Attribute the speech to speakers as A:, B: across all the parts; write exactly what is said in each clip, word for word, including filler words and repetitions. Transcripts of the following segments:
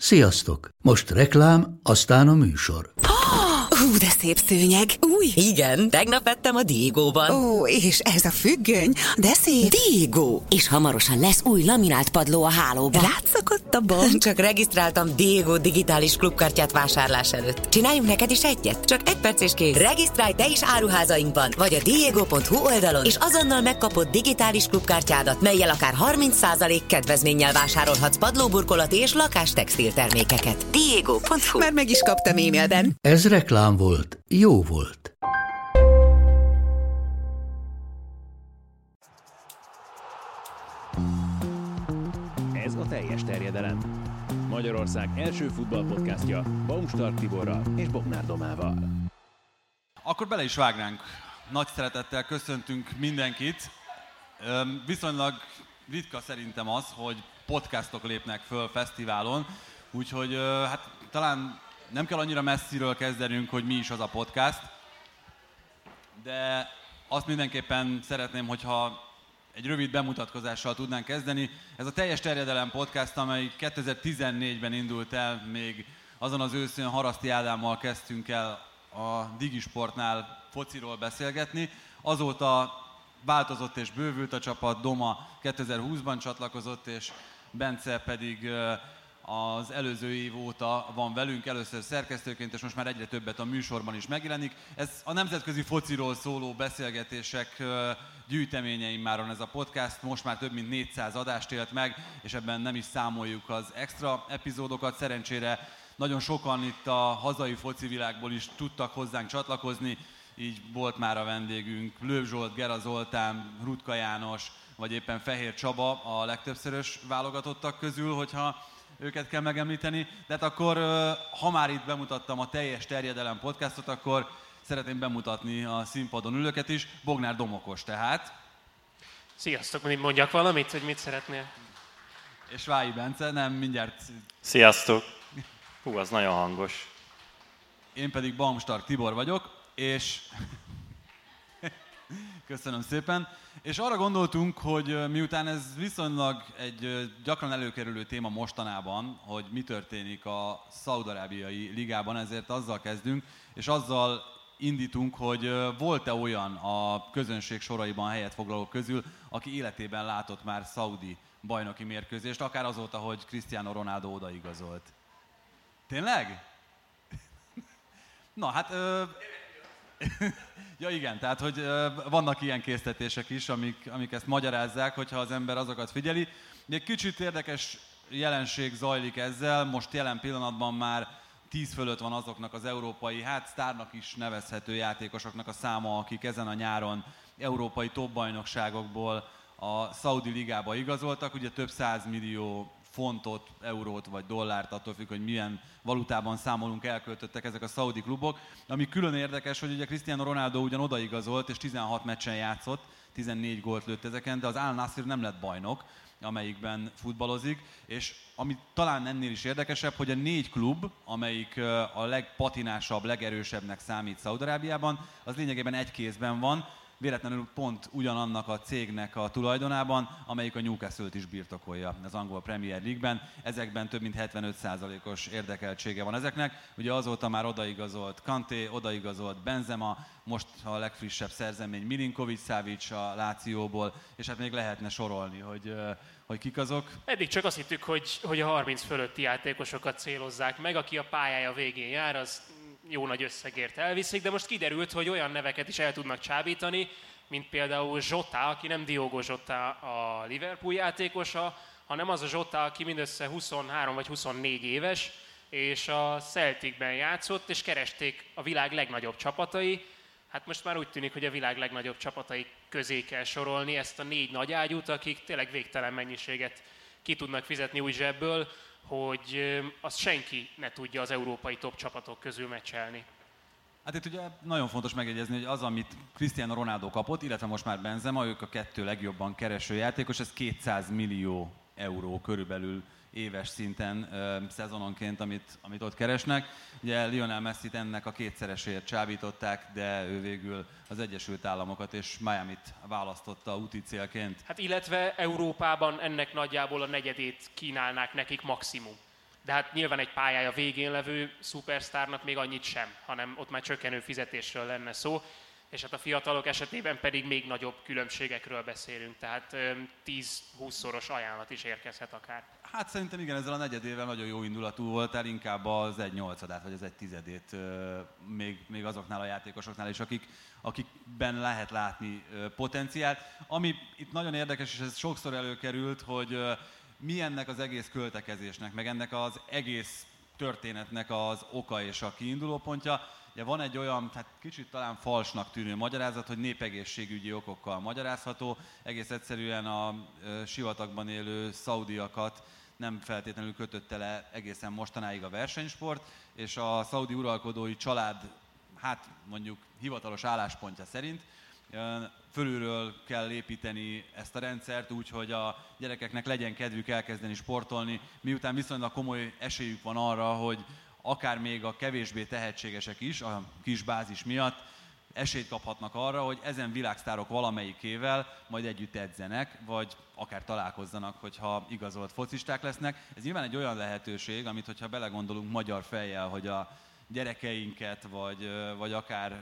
A: Sziasztok! Most reklám, aztán a műsor.
B: Hú, de szép szőnyeg! Új!
C: Igen, tegnap vettem a Diegóban.
B: Ó, és ez a függöny, de szép!
C: Diegó! És hamarosan lesz új laminált padló a hálóban.
B: Rátszakadt a bank?
C: Csak regisztráltam Diegó digitális klubkártyát vásárlás előtt. Csináljunk neked is egyet? Csak egy perc és kész. Regisztrálj te is áruházainkban, vagy a diego pont hu oldalon, és azonnal megkapod digitális klubkártyádat, mellyel akár harminc százalék kedvezménnyel vásárolhatsz padlóburkolati és lakástextil termékeket. diego pont hu.
B: Már meg is kaptam e-mailben.
A: Ez reklám volt, jó volt.
D: Ez a teljes terjedelem. Magyarország első futballpodcastja Baumstark Tiborral és Bognár Domával.
E: Akkor bele is vágnánk. Nagy szeretettel köszöntünk mindenkit. Viszonylag ritka szerintem az, hogy podcastok lépnek föl fesztiválon, úgyhogy hát talán nem kell annyira messziről kezdenünk, hogy mi is az a podcast, de azt mindenképpen szeretném, hogyha egy rövid bemutatkozással tudnánk kezdeni. Ez a Teljes Terjedelem podcast, amely kétezer-tizennégyben indult el, még azon az őszön Haraszti Ádámmal kezdtünk el a Digisportnál fociról beszélgetni. Azóta változott és bővült a csapat, Doma kétezer-húszban csatlakozott, és Bence pedig az előző év óta van velünk, először szerkesztőként, és most már egyre többet a műsorban is megjelenik. Ez a nemzetközi fociról szóló beszélgetések gyűjteménye immáron ez a podcast, most már több mint négyszáz adást élt meg, és ebben nem is számoljuk az extra epizódokat. Szerencsére nagyon sokan itt a hazai foci világból is tudtak hozzánk csatlakozni, így volt már a vendégünk Löw Zsolt, Gera Zoltán, Rutka János, vagy éppen Fehér Csaba a legtöbbszörös válogatottak közül, hogyha őket kell megemlíteni. De hát akkor, ha már itt bemutattam a Teljes Terjedelem podcastot, akkor szeretném bemutatni a színpadon ülőket is. Bognár Domokos tehát.
F: Sziasztok, mindig mondjak valamit, hogy mit szeretnél?
E: És Vályi Bence, nem, mindjárt...
G: Sziasztok! Hú, az nagyon hangos.
E: Én pedig Baumstark Tibor vagyok, és... Köszönöm szépen. És arra gondoltunk, hogy miután ez viszonylag egy gyakran előkerülő téma mostanában, hogy mi történik a szaúd-arábiai ligában, ezért azzal kezdünk, és azzal indítunk, hogy volt-e olyan a közönség soraiban helyet foglalók közül, aki életében látott már szaudi bajnoki mérkőzést, akár azóta, hogy Cristiano Ronaldo odaigazolt. Tényleg? Na hát... Ö... Ja igen, tehát hogy uh, vannak ilyen késztetések is, amik, amik ezt magyarázzák, hogyha az ember azokat figyeli. Egy kicsit érdekes jelenség zajlik ezzel, most jelen pillanatban már tíz fölött van azoknak az európai, hát sztárnak is nevezhető játékosoknak a száma, akik ezen a nyáron európai topbajnokságokból a szaudi ligába igazoltak. Ugye több százmillió fontot, eurót vagy dollárt, attól függ, hogy milyen valutában számolunk, elköltöttek ezek a szaudi klubok. Ami külön érdekes, hogy ugye Cristiano Ronaldo ugyan odaigazolt, és tizenhat meccsen játszott, tizennégy gólt lőtt ezeken, de az Al Nassr nem lett bajnok, amelyikben futballozik, és ami talán ennél is érdekesebb, hogy a négy klub, amelyik a legpatinásabb, legerősebbnek számít Szaúd-Arábiában, az lényegében egy kézben van, véletlenül pont ugyanannak a cégnek a tulajdonában, amelyik a Newcastle-t is birtokolja az angol Premier League-ben. Ezekben több mint hetvenöt százalékos érdekeltsége van ezeknek. Ugye azóta már odaigazolt Kanté, odaigazolt Benzema, most a legfrissebb szerzemény Milinković-Savić a Lációból, és hát még lehetne sorolni, hogy, hogy kik azok.
F: Eddig csak azt hittük, hogy, hogy a harminc fölötti játékosokat célozzák meg, aki a pályája végén jár, az jó nagy összegért elviszik, de most kiderült, hogy olyan neveket is el tudnak csábítani, mint például Jota, aki nem Diogo Jota a Liverpool játékosa, hanem az a Jota, aki mindössze huszonhárom vagy huszonnégy éves, és a Celticben játszott, és keresték a világ legnagyobb csapatai. Hát most már úgy tűnik, hogy a világ legnagyobb csapatai közé kell sorolni ezt a négy nagy ágyút, akik tényleg végtelen mennyiséget ki tudnak fizetni új zsebből, hogy azt senki ne tudja az európai top csapatok közül meccselni.
E: Hát itt ugye nagyon fontos megjegyezni, hogy az, amit Cristiano Ronaldo kapott, illetve most már Benzema, ők a kettő legjobban kereső játékos, ez kétszáz millió euró körülbelül éves szinten, szezononként, amit, amit ott keresnek. Ugye Lionel Messit ennek a kétszereséért csábították, de ő végül az Egyesült Államokat és Miamit választotta úti célként.
F: Hát illetve Európában ennek nagyjából a negyedét kínálnák nekik maximum. de hát nyilván egy pályája végén levő szupersztárnak még annyit sem, hanem ott már csökkenő fizetésről lenne szó, és hát a fiatalok esetében pedig még nagyobb különbségekről beszélünk, tehát tíz-húszszoros ajánlat is érkezhet akár.
E: Hát szerintem igen, ezzel a negyedével nagyon jó indulatú voltál, inkább az egy nyolcadát, vagy az egy tizedét még, még azoknál a játékosoknál is, akik, akikben lehet látni potenciált. Ami itt nagyon érdekes, és ez sokszor előkerült, hogy mi ennek az egész költekezésnek, meg ennek az egész történetnek az oka és a kiindulópontja. Ugye van egy olyan, hát kicsit talán falsnak tűnő magyarázat, hogy népegészségügyi okokkal magyarázható. Egész egyszerűen a e, sivatagban élő szaudiakat nem feltétlenül kötötte le egészen mostanáig a versenysport, és a szaudi uralkodói család, hát mondjuk hivatalos álláspontja szerint e, fölülről kell építeni ezt a rendszert úgy, hogy a gyerekeknek legyen kedvük elkezdeni sportolni, miután viszonylag komoly esélyük van arra, hogy akár még a kevésbé tehetségesek is, a kis bázis miatt esélyt kaphatnak arra, hogy ezen világsztárok valamelyikével majd együtt edzenek, vagy akár találkozzanak, hogyha igazolt focisták lesznek. Ez nyilván egy olyan lehetőség, amit hogyha belegondolunk magyar fejjel, hogy a gyerekeinket, vagy, vagy akár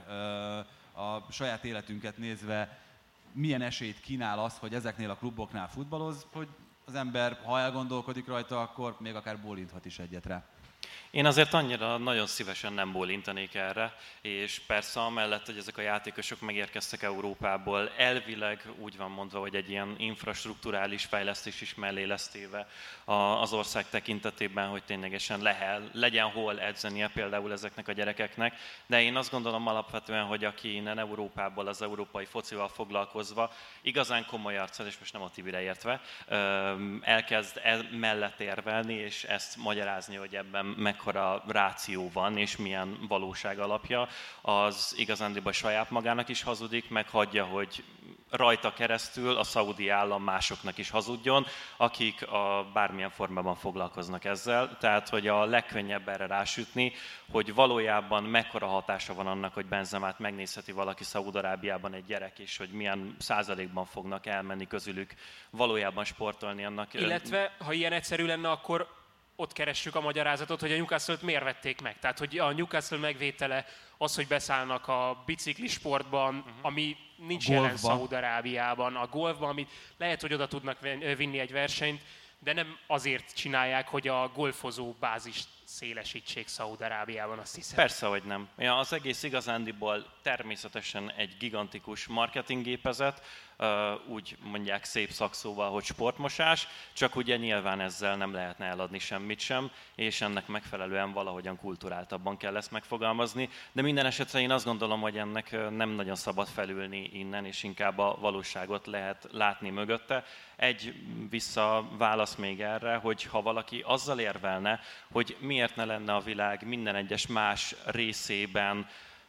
E: a saját életünket nézve milyen esélyt kínál az, hogy ezeknél a kluboknál futballoz, hogy az ember, ha elgondolkodik rajta, akkor még akár bólinthat is egyet rá.
G: Én azért annyira nagyon szívesen nem bólintanék erre, és persze amellett, hogy ezek a játékosok megérkeztek Európából, elvileg úgy van mondva, hogy egy ilyen infrastrukturális fejlesztés is mellé lesz téve az ország tekintetében, hogy ténylegesen lehet, legyen hol edzenie például ezeknek a gyerekeknek, de én azt gondolom alapvetően, hogy aki innen Európából az európai focival foglalkozva, igazán komoly arccal, és most nem a Tibire értve, elkezd el mellett érvelni, és ezt magyarázni, hogy ebben mekkora ráció van, és milyen valóság alapja, az igazándiban saját magának is hazudik, meg hagyja, hogy rajta keresztül a szaudi állam másoknak is hazudjon, akik a bármilyen formában foglalkoznak ezzel. Tehát, hogy a legkönnyebb erre rásütni, hogy valójában mekkora hatása van annak, hogy Benzemát megnézheti valaki Szaúd-Arábiában egy gyerek, és hogy milyen százalékban fognak elmenni közülük valójában sportolni annak.
F: Illetve, ha ilyen egyszerű lenne, akkor ott keressük a magyarázatot, hogy a Newcastle-t miért vették meg. Tehát, hogy a Newcastle megvétele az, hogy beszállnak a biciklisportban, uh-huh. ami nincs jelen Szaúd-Arábiában, a golfban, amit lehet, hogy oda tudnak vinni egy versenyt, de nem azért csinálják, hogy a golfozó bázist szélesítsék Szaúd-Arábiában, azt hiszem.
G: Persze, hogy nem. Ja, az egész igazándiból természetesen egy gigantikus marketinggépezet, úgy mondják szép szakszóval, hogy sportmosás, csak ugye nyilván ezzel nem lehetne eladni semmit sem, és ennek megfelelően valahogyan kulturáltabban kell ezt megfogalmazni, de minden esetre én azt gondolom, hogy ennek nem nagyon szabad felülni innen, és inkább a valóságot lehet látni mögötte. Egy visszaválasz még erre, hogy ha valaki azzal érvelne, hogy miért ne lenne a világ minden egyes más részében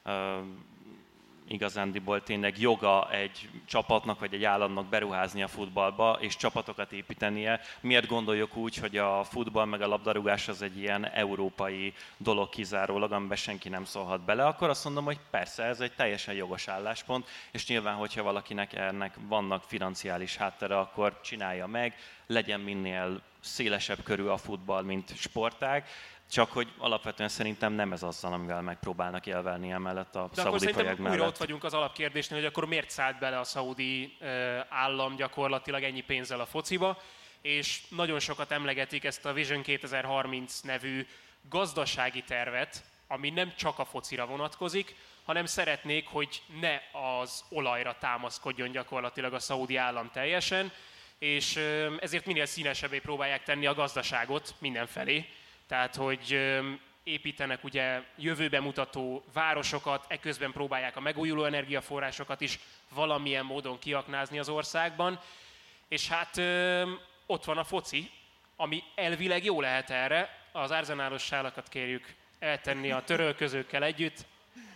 G: igazándiból tényleg joga egy csapatnak vagy egy államnak beruházni a futballba és csapatokat építenie. Miért gondoljuk úgy, hogy a futball meg a labdarúgás az egy ilyen európai dolog kizárólag, amiben senki nem szólhat bele, akkor azt mondom, hogy persze, ez egy teljesen jogos álláspont, és nyilván, hogyha valakinek ennek vannak financiális háttere, akkor csinálja meg, legyen minél szélesebb körű a futball, mint sportág, csak hogy alapvetően szerintem nem ez azzal, amivel megpróbálnak élvelni emellett a
F: de
G: szaudi projekt mellett.
F: Újra ott vagyunk az alapkérdésnél, hogy akkor miért szállt bele a szaudi állam gyakorlatilag ennyi pénzzel a fociba, és nagyon sokat emlegetik ezt a Vision kétezer-harminc nevű gazdasági tervet, ami nem csak a focira vonatkozik, hanem szeretnék, hogy ne az olajra támaszkodjon gyakorlatilag a szaudi állam teljesen, és ezért minél színesebbé próbálják tenni a gazdaságot mindenfelé. Tehát, hogy építenek ugye jövőbe mutató városokat, eközben próbálják a megújuló energiaforrásokat is valamilyen módon kiaknázni az országban. És hát ott van a foci, ami elvileg jó lehet erre. Az arzenálos sálakat kérjük eltenni a törölközőkkel együtt.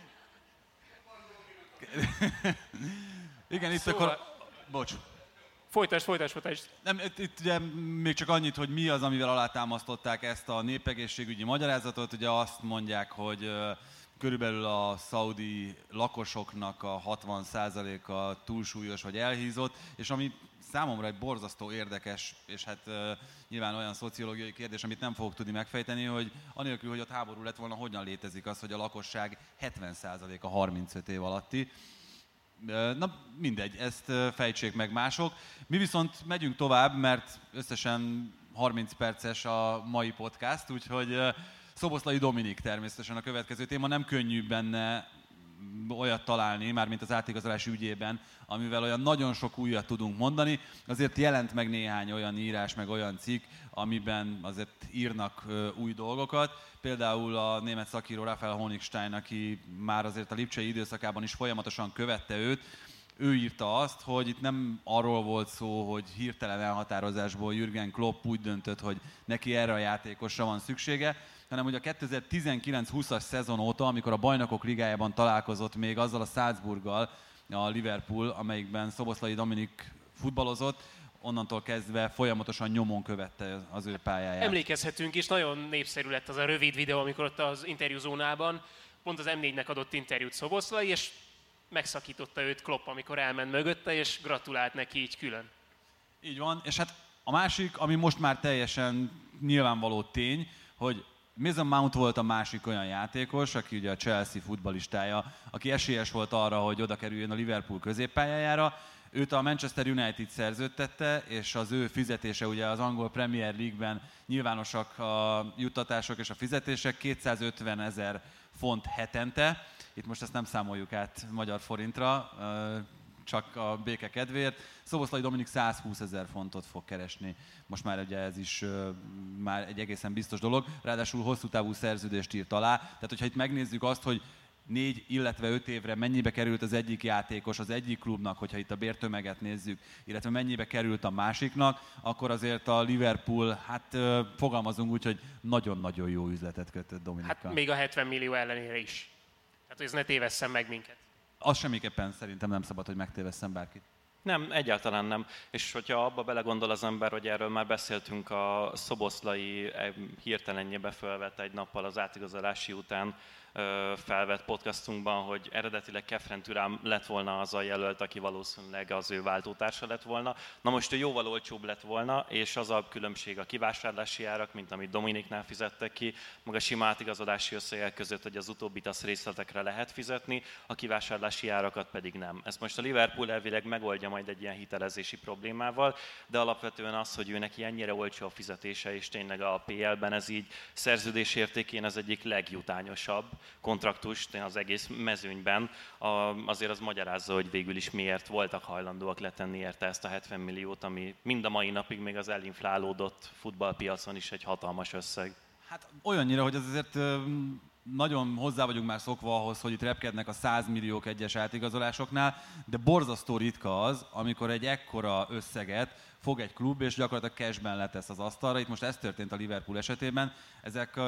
E: Igen, itt
F: szóval...
E: akkor... Bocs.
F: Folytasd, folytasd, folytasd.
E: Nem, itt, itt ugye még csak annyit, hogy mi az, amivel alátámasztották ezt a népegészségügyi magyarázatot. Ugye azt mondják, hogy körülbelül a szaudi lakosoknak a hatvan százaléka túlsúlyos vagy elhízott, és ami számomra egy borzasztó érdekes, és hát uh, nyilván olyan szociológiai kérdés, amit nem fogok tudni megfejteni, hogy anélkül, hogy ott háború lett volna, hogyan létezik az, hogy a lakosság hetven százaléka harmincöt év alatti. Uh, na mindegy, ezt uh, fejtsék meg mások. Mi viszont megyünk tovább, mert összesen harminc perces a mai podcast, úgyhogy uh, Szoboszlai Dominik természetesen a következő téma. Nem könnyű benne olyat találni, mármint az átigazolási ügyében, amivel olyan nagyon sok újat tudunk mondani. Azért jelent meg néhány olyan írás, meg olyan cikk, amiben azért írnak ö, új dolgokat. Például a német szakíró Raphael Honigstein, aki már azért a lipcsei időszakában is folyamatosan követte őt, ő írta azt, hogy itt nem arról volt szó, hogy hirtelen elhatározásból Jürgen Klopp úgy döntött, hogy neki erre a játékosra van szüksége, hanem hogy a kétezer-tizenkilenc húszas szezon óta, amikor a Bajnokok Ligájában találkozott még azzal a Salzburggal, a Liverpool, amelyikben Szoboszlai Dominik futballozott, onnantól kezdve folyamatosan nyomon követte az ő pályáját.
F: Emlékezhetünk is, nagyon népszerű lett az a rövid videó, amikor ott az interjúzónában pont az em négynek adott interjút Szoboszlai, és megszakította őt Klopp, amikor elment mögötte, és gratulált neki így külön.
E: Így van, és hát a másik, ami most már teljesen nyilvánvaló tény, hogy Mason Mount volt a másik olyan játékos, aki ugye a Chelsea futballistája, aki esélyes volt arra, hogy oda kerüljön a Liverpool középpályájára. Őt a Manchester United szerződtette, és az ő fizetése ugye az angol Premier League-ben nyilvánosak a juttatások és a fizetések, kétszázötven ezer font hetente. Itt most ezt nem számoljuk át magyar forintra, csak a béke kedvéért. Szoboszlai Dominik százhúsz ezer fontot fog keresni. Most már ugye ez is uh, már egy egészen biztos dolog. Ráadásul hosszú távú szerződést írt alá. Tehát, hogyha itt megnézzük azt, hogy négy, illetve öt évre mennyibe került az egyik játékos az egyik klubnak, hogyha itt a bértömeget nézzük, illetve mennyibe került a másiknak, akkor azért a Liverpool, hát uh, fogalmazunk úgy, hogy nagyon-nagyon jó üzletet kötött Dominikkal.
F: Hát még a hetven millió ellenére is. Tehát, hogy ez ne tévesszem meg minket.
E: Az semmiképpen szerintem nem szabad, hogy megtévesszem bárkit.
G: Nem, egyáltalán nem. És hogyha abba belegondol az ember, hogy erről már beszéltünk a Szoboszlai hirtelenjébe felvett egy nappal az átigazolási után felvett podcastunkban, hogy eredetileg Kefren Türám lett volna az a jelölt, aki valószínűleg az ő váltótársa lett volna. Na most ő jóval olcsóbb lett volna, és az a különbség a kivásárlási árak, mint amit Dominiknál fizettek ki, meg a sima átigazolási összegek között, hogy az utóbbit az részletekre lehet fizetni, a kivásárlási árakat pedig nem. Ezt most a Liverpool elvileg megoldja majd egy ilyen hitelezési problémával, de alapvetően az, hogy ő neki ennyire olcsó a fizetése, és tényleg a pé el-ben ez így szerződés értékén az egyik legjutányosabb kontraktust az egész mezőnyben, azért az magyarázza, hogy végül is miért voltak hajlandóak letenni érte ezt a hetven milliót, ami mind a mai napig még az elinflálódott futballpiacon is egy hatalmas összeg.
E: Hát olyannyira, hogy az azért nagyon hozzá vagyunk már szokva ahhoz, hogy itt repkednek a száz milliók egyes átigazolásoknál, de borzasztó ritka az, amikor egy ekkora összeget fog egy klub, és gyakorlatilag cashben letesz az asztalra. Itt most ez történt a Liverpool esetében. Ezek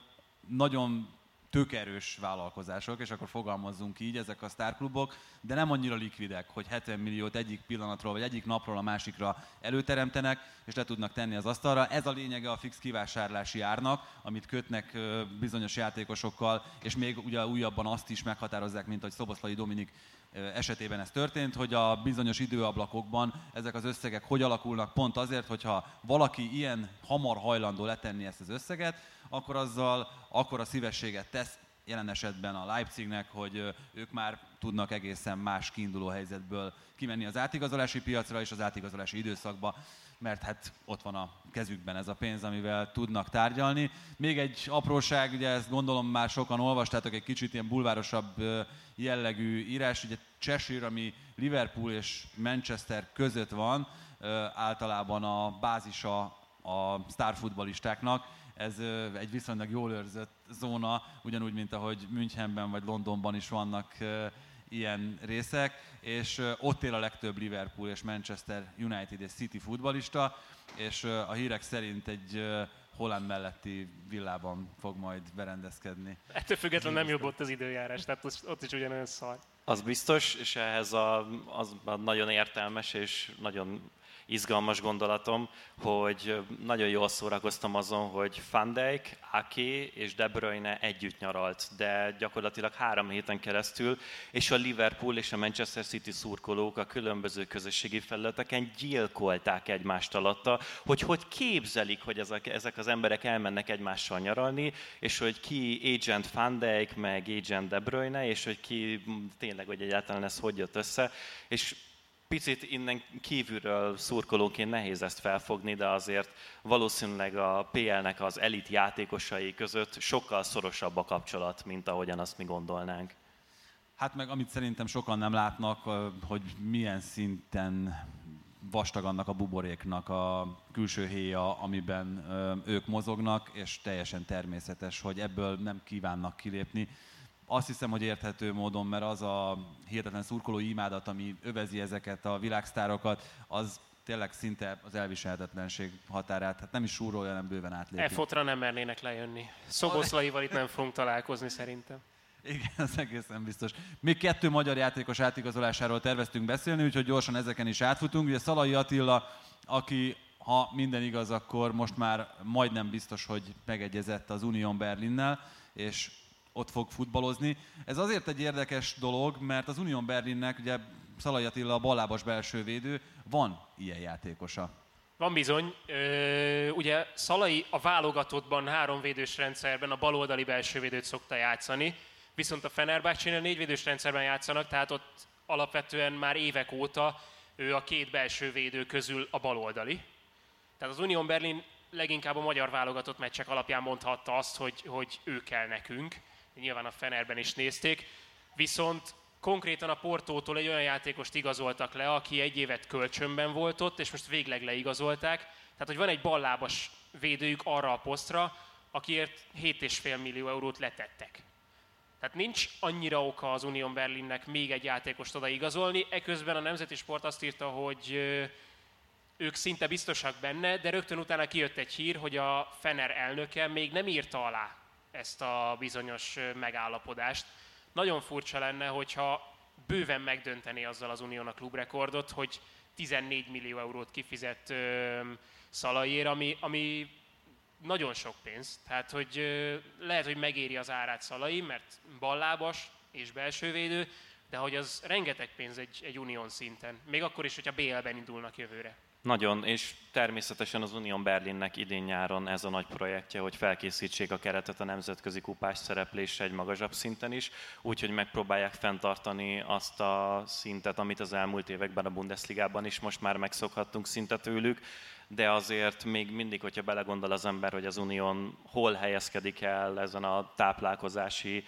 E: nagyon tőkerős vállalkozások, és akkor fogalmazzunk így, ezek a sztárklubok, de nem annyira likvidek, hogy hetven milliót egyik pillanatról, vagy egyik napról a másikra előteremtenek, és le tudnak tenni az asztalra. Ez a lényege a fix kivásárlási árnak, amit kötnek bizonyos játékosokkal, és még ugye újabban azt is meghatározzák, mint hogy Szoboszlai Dominik esetében ez történt, hogy a bizonyos időablakokban ezek az összegek hogy alakulnak, pont azért, hogyha valaki ilyen hamar hajlandó letenni ezt az összeget, akkor azzal akkora szívességet tesz, jelen esetben a Leipzignek, hogy ők már tudnak egészen más kiinduló helyzetből kimenni az átigazolási piacra és az átigazolási időszakba, mert hát ott van a kezükben ez a pénz, amivel tudnak tárgyalni. Még egy apróság, ugye ezt gondolom már sokan olvastátok, egy kicsit ilyen bulvárosabb jellegű írás, ugye Cheshire, ami Liverpool és Manchester között van, általában a bázisa a sztárfutballistáknak. Ez egy viszonylag jól őrzött zóna, ugyanúgy, mint ahogy Münchenben vagy Londonban is vannak ilyen részek, és ott él a legtöbb Liverpool és Manchester United és City futballista, és a hírek szerint egy Holland melletti villában fog majd berendezkedni.
F: Ettől függetlenül nem jobb ott az időjárás, tehát ott is ugyanolyan szar.
G: Az biztos, és ehhez a, az a nagyon értelmes és nagyon izgalmas gondolatom, hogy nagyon jól szórakoztam azon, hogy Van Dijk, Ake és De Bruyne együtt nyaralt, de gyakorlatilag három héten keresztül, és a Liverpool és a Manchester City szurkolók a különböző közösségi felületeken gyilkolták egymást alatta, hogy hogy képzelik, hogy ezek, ezek az emberek elmennek egymással nyaralni, és hogy ki Agent Van Dijk, meg Agent De Bruyne, és hogy ki tényleg, hogy egyáltalán ez hogy jött össze, és picit innen kívülről szurkolóként nehéz ezt felfogni, de azért valószínűleg a pé el-nek az elit játékosai között sokkal szorosabb a kapcsolat, mint ahogyan azt mi gondolnánk.
E: Hát meg amit szerintem sokan nem látnak, hogy milyen szinten vastag annak a buboréknak a külső héja, amiben ők mozognak, és teljesen természetes, hogy ebből nem kívánnak kilépni. Azt hiszem, hogy érthető módon, mert az a hihetetlen szurkolói imádat, ami övezi ezeket a világsztárokat, az tényleg szinte az elviselhetetlenség határát, hát nem is súrolja, hanem bőven átlépi.
F: E fotra nem mernének lejönni. Szoboszlaival itt nem fogunk találkozni szerintem.
E: Igen, ez egészen biztos. Még kettő magyar játékos átigazolásáról terveztünk beszélni, úgyhogy gyorsan ezeken is átfutunk. Ugye Szalai Attila, aki, ha minden igaz, akkor most már majdnem biztos, hogy megegyezett az Union Berlinnel, és ott fog futballozni. Ez azért egy érdekes dolog, mert az Union Berlinnek, ugye Szalai Attila a ballábas belsővédő, van ilyen játékosa.
F: Van bizony. Ö, ugye Szalai a válogatottban háromvédős rendszerben a baloldali belsővédőt szokta játszani, viszont a Fenerbahcsénél négyvédős rendszerben játszanak, tehát ott alapvetően már évek óta ő a két belsővédő közül a baloldali. Tehát az Union Berlin leginkább a magyar válogatott meccsek alapján mondhatta azt, hogy, hogy ő kell nekünk. Nyilván a Fenerben is nézték, viszont konkrétan a Portótól egy olyan játékost igazoltak le, aki egy évet kölcsönben volt ott, és most végleg leigazolták. Tehát, hogy van egy ballábas védőjük arra a posztra, akiért hét egész öt millió eurót letettek. Tehát nincs annyira oka az Union Berlinnek még egy játékost oda igazolni. Eközben a Nemzeti Sport azt írta, hogy ők szinte biztosak benne, de rögtön utána kijött egy hír, hogy a Fener elnöke még nem írta alá ezt a bizonyos megállapodást. Nagyon furcsa lenne, hogyha bőven megdöntené azzal az Unión a klubrekordot, hogy tizennégy millió eurót kifizett ö, Szalaiért, ami, ami nagyon sok pénz. Tehát, hogy ö, lehet, hogy megéri az árát Szalai, mert ballábas és belsővédő, de hogy az rengeteg pénz egy, egy Unión szinten. Még akkor is, hogyha bé el-ben indulnak jövőre.
G: Nagyon, és természetesen az Union Berlinnek idén-nyáron ez a nagy projektje, hogy felkészítsék a keretet a nemzetközi kupás szereplésre egy magasabb szinten is, úgyhogy megpróbálják fenntartani azt a szintet, amit az elmúlt években a Bundesligában is most már megszokhattunk szinte tőlük, de azért még mindig, hogyha belegondol az ember, hogy az Unión hol helyezkedik el ezen a táplálkozási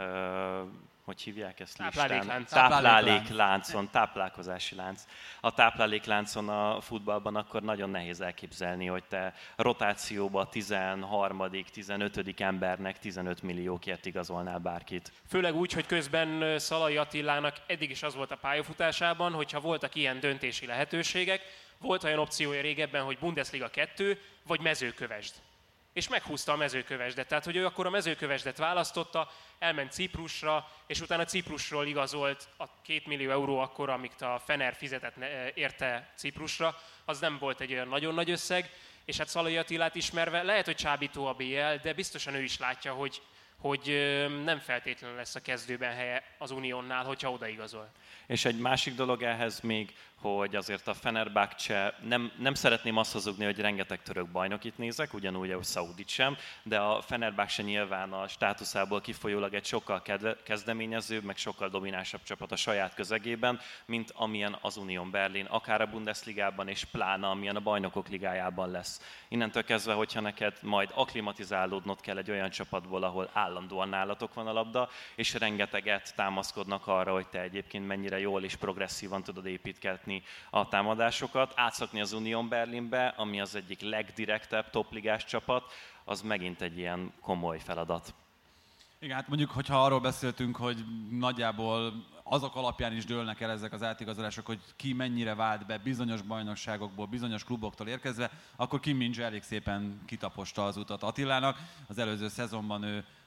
G: hogy hívják ezt listán?
F: Tápláléklánc.
G: Táplálékláncon, táplálkozási lánc. A táplálékláncon a futballban akkor nagyon nehéz elképzelni, hogy te rotációba tizenharmadik, tizenötödik embernek tizenöt milliókért igazolnál bárkit.
F: Főleg úgy, hogy közben Szalai Attilának eddig is az volt a pályafutásában, hogyha voltak ilyen döntési lehetőségek, volt olyan opciója régebben, hogy Bundesliga kettő, vagy Mezőkövesd. És meghúzta a Mezőkövesdet. Tehát, hogy ő akkor a Mezőkövesdet választotta, elment Ciprusra, és utána Ciprusról igazolt a két millió euró akkor, amit a Fener fizetett érte Ciprusra, az nem volt egy olyan nagyon nagy összeg, és hát Szalai Attilát ismerve lehet, hogy csábító a bé el, de biztosan ő is látja, hogy, hogy nem feltétlenül lesz a kezdőben helye az Uniónnál, hogyha odaigazol.
G: És egy másik dolog ehhez még, hogy azért a Fenerbahce, nem, nem szeretném azt hazudni, hogy rengeteg török bajnokit nézek, ugyanúgy a Szaudit sem, de a Fenerbahce nyilván a státuszából kifolyólag egy sokkal kedve, kezdeményezőbb, meg sokkal dominánsabb csapat a saját közegében, mint amilyen az Union Berlin, akár a Bundesligában és pláne amilyen a Bajnokok Ligájában lesz. Innentől kezdve, hogyha neked majd akklimatizálódnod kell egy olyan csapatból, ahol állandóan nálatok van a labda, és rengeteget támaszkodnak arra, hogy te egyébként mennyire jól és progresszívan tudod építgetni a támadásokat, átszakni az Union Berlinbe, ami az egyik legdirektebb topligás csapat, az megint egy ilyen komoly feladat.
E: Igen, hát mondjuk, hogyha arról beszéltünk, hogy nagyjából azok alapján is dőlnek el ezek az átigazolások, hogy ki mennyire vált be bizonyos bajnokságokból, bizonyos kluboktól érkezve, akkor Kim Min-jae elég szépen kitaposta az utat Attilának. Az előző szezonban ő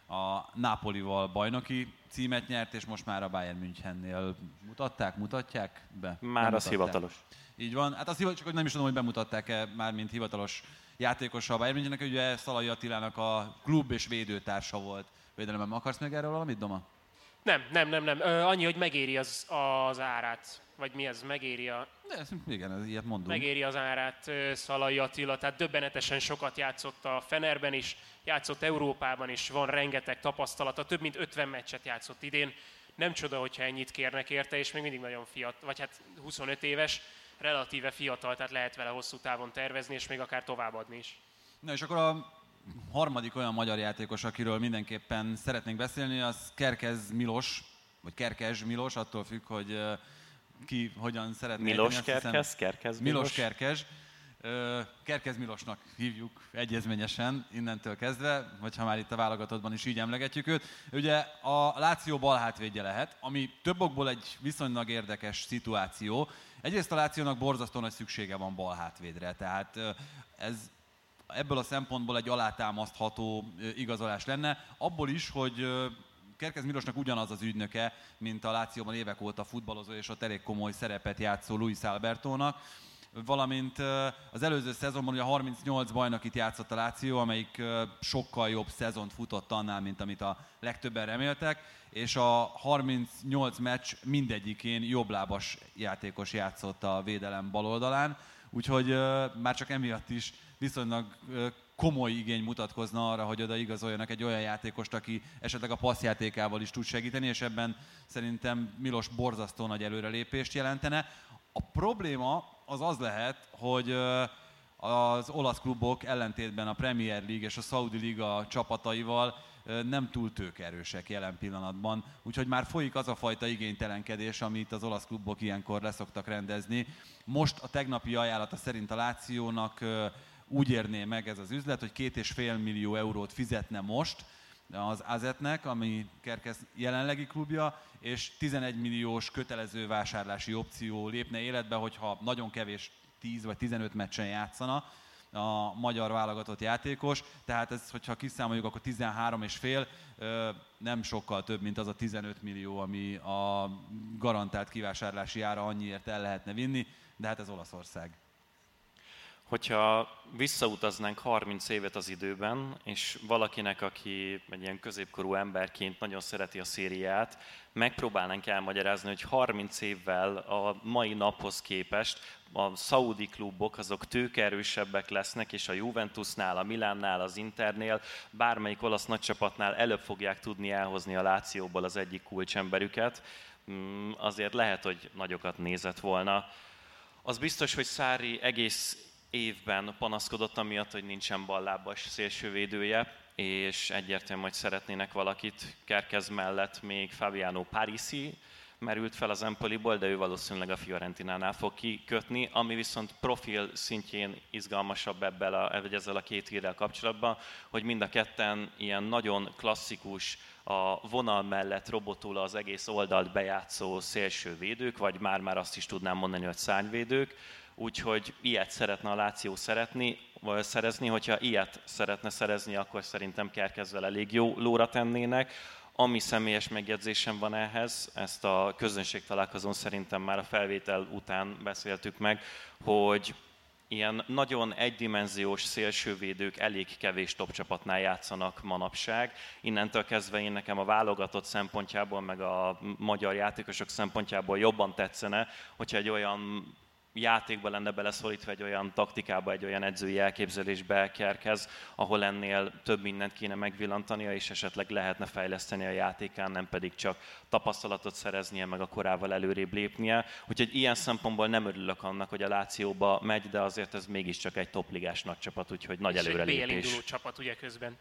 E: a Napolival bajnoki címet nyert, és most már a Bayern Münchennél mutatták, mutatják be?
G: Már az hivatalos.
E: Így van. Hát azt csak hogy nem is tudom, hogy bemutatták-e már, mint hivatalos játékosa a Bayern Münchennek, ugye Szalai Attilának a klub és védőtársa volt. Védelemben akarsz meg erről valamit, Doma?
F: Nem, nem, nem, nem. Ö, annyi, hogy megéri az, az árát. Vagy mi ez? Megéri a...
E: De ezt, igen, ez ilyet mondunk.
F: Megéri az árát Szalai Attila, tehát döbbenetesen sokat játszott a Fenerben is, játszott Európában is, van rengeteg tapasztalata, több mint ötven meccset játszott idén. Nem csoda, hogyha ennyit kérnek érte, és még mindig nagyon fiatal, vagy hát huszonöt éves, relatíve fiatal, tehát lehet vele hosszú távon tervezni, és még akár továbbadni is.
E: Na és akkor a harmadik olyan magyar játékos, akiről mindenképpen szeretnénk beszélni, az Kerkez Milos, vagy Kerkez Milos, attól függ, hogy ki hogyan szeretné.
G: Milos Kerkez, Kerkez Milos.
E: Milos Kerkez. Kerkez Milosnak hívjuk egyezményesen innentől kezdve, vagy ha már itt a válogatottban is így emlegetjük őt. Ugye a Láció balhátvédje lehet, ami több okból egy viszonylag érdekes szituáció. Egyrészt a Lációnak borzasztó nagy szüksége van balhátvédre, tehát ez ebből a szempontból egy alátámasztható igazolás lenne. Abból is, hogy Kerkez Milosnak ugyanaz az ügynöke, mint a Lációban évek óta futballozó és ott elég komoly szerepet játszó Luis Albertónak, valamint az előző szezonban ugye harmincnyolc bajnokit játszott a Láció, amelyik sokkal jobb szezont futott annál, mint amit a legtöbben reméltek, és a harmincnyolc meccs mindegyikén jobblábas játékos játszott a védelem baloldalán, úgyhogy már csak emiatt is viszonylag komoly igény mutatkozna arra, hogy oda igazoljanak egy olyan játékost, aki esetleg a passzjátékával is tud segíteni, és ebben szerintem Milos borzasztó nagy előrelépést jelentene. A probléma az az lehet, hogy az olasz klubok ellentétben a Premier League és a Saudi Liga csapataival nem túl tőkeerősek jelen pillanatban, úgyhogy már folyik az a fajta igénytelenkedés, amit az olasz klubok ilyenkor leszoktak rendezni. Most a tegnapi ajánlata szerint a Lációnak úgy érné meg ez az üzlet, hogy két és fél millió eurót fizetne most az á zet-nek, ami Kerkez jelenlegi klubja, és tizenegy milliós kötelező vásárlási opció lépne életbe, hogyha nagyon kevés tíz vagy tizenöt meccsen játszana a magyar válogatott játékos, tehát ez, hogyha kiszámoljuk, akkor tizenhárom és fél, nem sokkal több, mint az a tizenöt millió, ami a garantált kivásárlási ára annyiért el lehetne vinni, de hát ez Olaszország.
G: Hogyha visszautaznánk harminc évet az időben, és valakinek, aki egy ilyen középkorú emberként nagyon szereti a szériát, megpróbálnánk elmagyarázni, hogy harminc évvel a mai naphoz képest a szaudi klubok azok tőkeerősebbek lesznek, és a Juventusnál, a Milánnál, az Internél, bármelyik olasz nagycsapatnál előbb fogják tudni elhozni a Lációból az egyik kulcsemberüket, azért lehet, hogy nagyokat nézett volna. Az biztos, hogy Sarri egész évben panaszkodott amiatt, hogy nincsen ballábas szélsővédője, és egyértelműen, hogy szeretnének valakit. Kerkez mellett még Fabiano Parisi merült fel az Empoliból, de ő valószínűleg a Fiorentinánál fog kikötni, ami viszont profil szintjén izgalmasabb ebből a, ezzel a két hírrel kapcsolatban, hogy mind a ketten ilyen nagyon klasszikus, a vonal mellett robotul az egész oldalt bejátszó szélsővédők, vagy már-már azt is tudnám mondani, hogy szárnyvédők, úgyhogy ilyet szeretne a Láció szeretni, vagy szerezni, hogyha ilyet szeretne szerezni, akkor szerintem Kerkezzel elég jó lóra tennének. Ami személyes megjegyzésem van ehhez, ezt a közönségtalálkozón szerintem már a felvétel után beszéltük meg, hogy ilyen nagyon egydimenziós szélsővédők elég kevés topcsapatnál játszanak manapság. Innentől kezdve én nekem a válogatott szempontjából, meg a magyar játékosok szempontjából jobban tetszene, hogyha egy olyan játékba lenne beleszorítva, egy olyan taktikába, egy olyan edzői elképzelésbe Kerkez, ahol ennél több mindent kéne megvillantania, és esetleg lehetne fejleszteni a játékán, nem pedig csak tapasztalatot szereznie, meg a korával előrébb lépnie. Úgyhogy ilyen szempontból nem örülök annak, hogy a Lációba megy, de azért ez mégiscsak egy topligás nagy csapat, úgyhogy nagy előrelépés.
F: És egy bé el induló csapat ugye közben.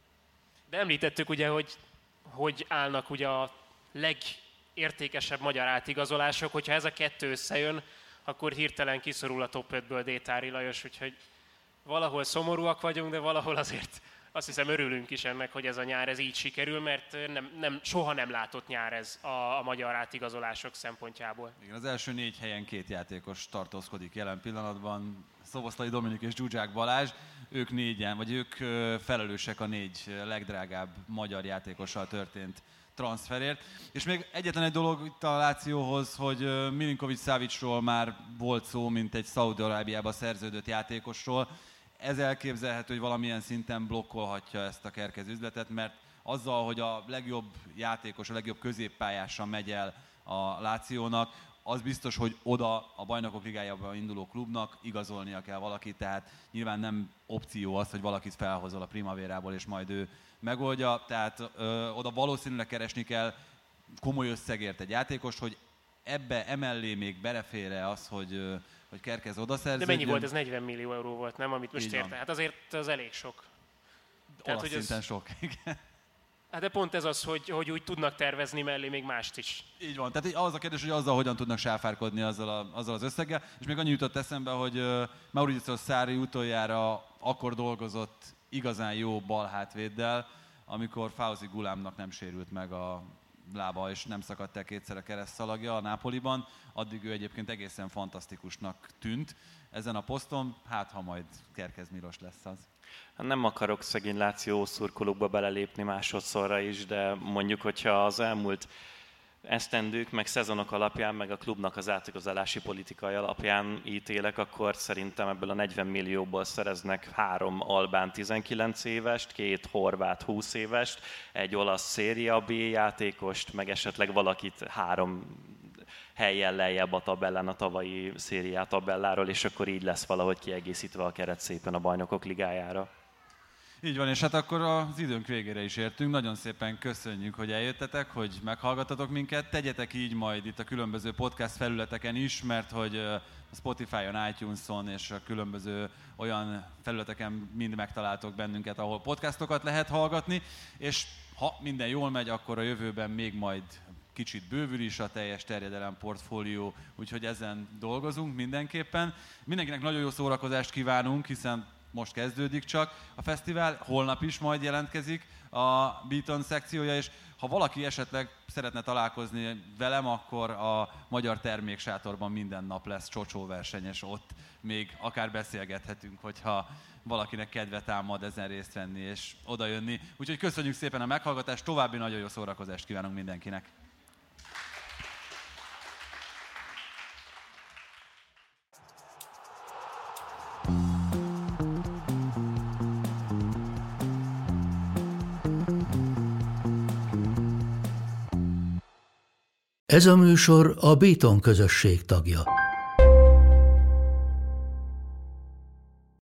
F: De említettük ugye, hogy hogy állnak ugye a legértékesebb magyar átigazolások, hogyha ez a kettő összejön, akkor hirtelen kiszorul a top ötből Détári Lajos, úgyhogy valahol szomorúak vagyunk, de valahol azért azt hiszem örülünk is ennek, hogy ez a nyár ez így sikerül, mert nem, nem, soha nem látott nyár ez a, a magyar átigazolások szempontjából.
E: Igen, az első négy helyen két játékos tartózkodik jelen pillanatban, Szoboszlai Dominik és Zsuzsák Balázs. ők négyen, vagy ők felelősek a négy legdrágább magyar játékossal történt transferért. És még egyetlen egy dolog itt a Lációhoz, hogy Milinković-Savićról már volt szó, mint egy Szaúd-Arábiába szerződött játékosról. Ez elképzelhető, hogy valamilyen szinten blokkolhatja ezt a Kerkez üzletet, mert azzal, hogy a legjobb játékos, a legjobb középpályása megy el a Lációnak, az biztos, hogy oda a Bajnokok Ligájában induló klubnak igazolnia kell valakit, tehát nyilván nem opció az, hogy valakit felhozol a Primavérából, és majd ő megoldja, tehát ö, oda valószínűleg keresni kell komoly összegért egy játékost, hogy ebbe emellé még belefér-e az, hogy, ö, hogy Kerkez oda szerződjön.
F: De mennyi volt? Ez negyven millió euró volt, nem? Amit most érte. Hát azért az elég sok.
E: Tehát, hogy szinten ez... sok, igen.
F: Hát de pont ez az, hogy, hogy úgy tudnak tervezni mellé még mást is.
E: Így van. Tehát az a kérdés, hogy azzal hogyan tudnak sáfárkodni azzal, a, azzal az összeggel. És még annyi jutott eszembe, hogy uh, Mauricio Sarri utoljára akkor dolgozott igazán jó balhátvéddel, amikor Fauzi Gulámnak nem sérült meg a lába, és nem szakadt el kétszer a keresztszalagja a Nápoliban. Addig ő egyébként egészen fantasztikusnak tűnt ezen a poszton. Hát, ha majd Kerkez Milos lesz az.
G: Nem akarok szegény Láció szurkolókba belelépni másodszorra is, de mondjuk, hogyha az elmúlt esztendők, meg szezonok alapján, meg a klubnak az átigazolási politikai alapján ítélek, akkor szerintem ebből a negyven millióból szereznek három albán tizenkilenc évest, két horvát húsz évest, egy olasz Serie B játékost, meg esetleg valakit három helyen lejjebb a tabellán a tavalyi Serie A tabelláról, és akkor így lesz valahogy kiegészítve a keret szépen a Bajnokok Ligájára.
E: Így van, és hát akkor az időnk végére is értünk. Nagyon szépen köszönjük, hogy eljöttetek, hogy meghallgattatok minket. Tegyetek így majd itt a különböző podcast felületeken is, mert hogy a Spotify-on, iTunes-on és a különböző olyan felületeken mind megtaláltok bennünket, ahol podcastokat lehet hallgatni, és ha minden jól megy, akkor a jövőben még majd kicsit bővül is a teljes terjedelem portfólió, úgyhogy ezen dolgozunk mindenképpen. Mindenkinek nagyon jó szórakozást kívánunk, hiszen most kezdődik csak a fesztivál, holnap is majd jelentkezik a Beaton szekciója, és ha valaki esetleg szeretne találkozni velem, akkor a Magyar Terméksátorban minden nap lesz csocsóverseny, és ott még akár beszélgethetünk, hogyha valakinek kedve támad ezen részt venni és odajönni. Úgyhogy köszönjük szépen a meghallgatást, további nagyon jó szórakozást kívánunk mindenkinek!
A: Ez a műsor a Beaton közösség tagja.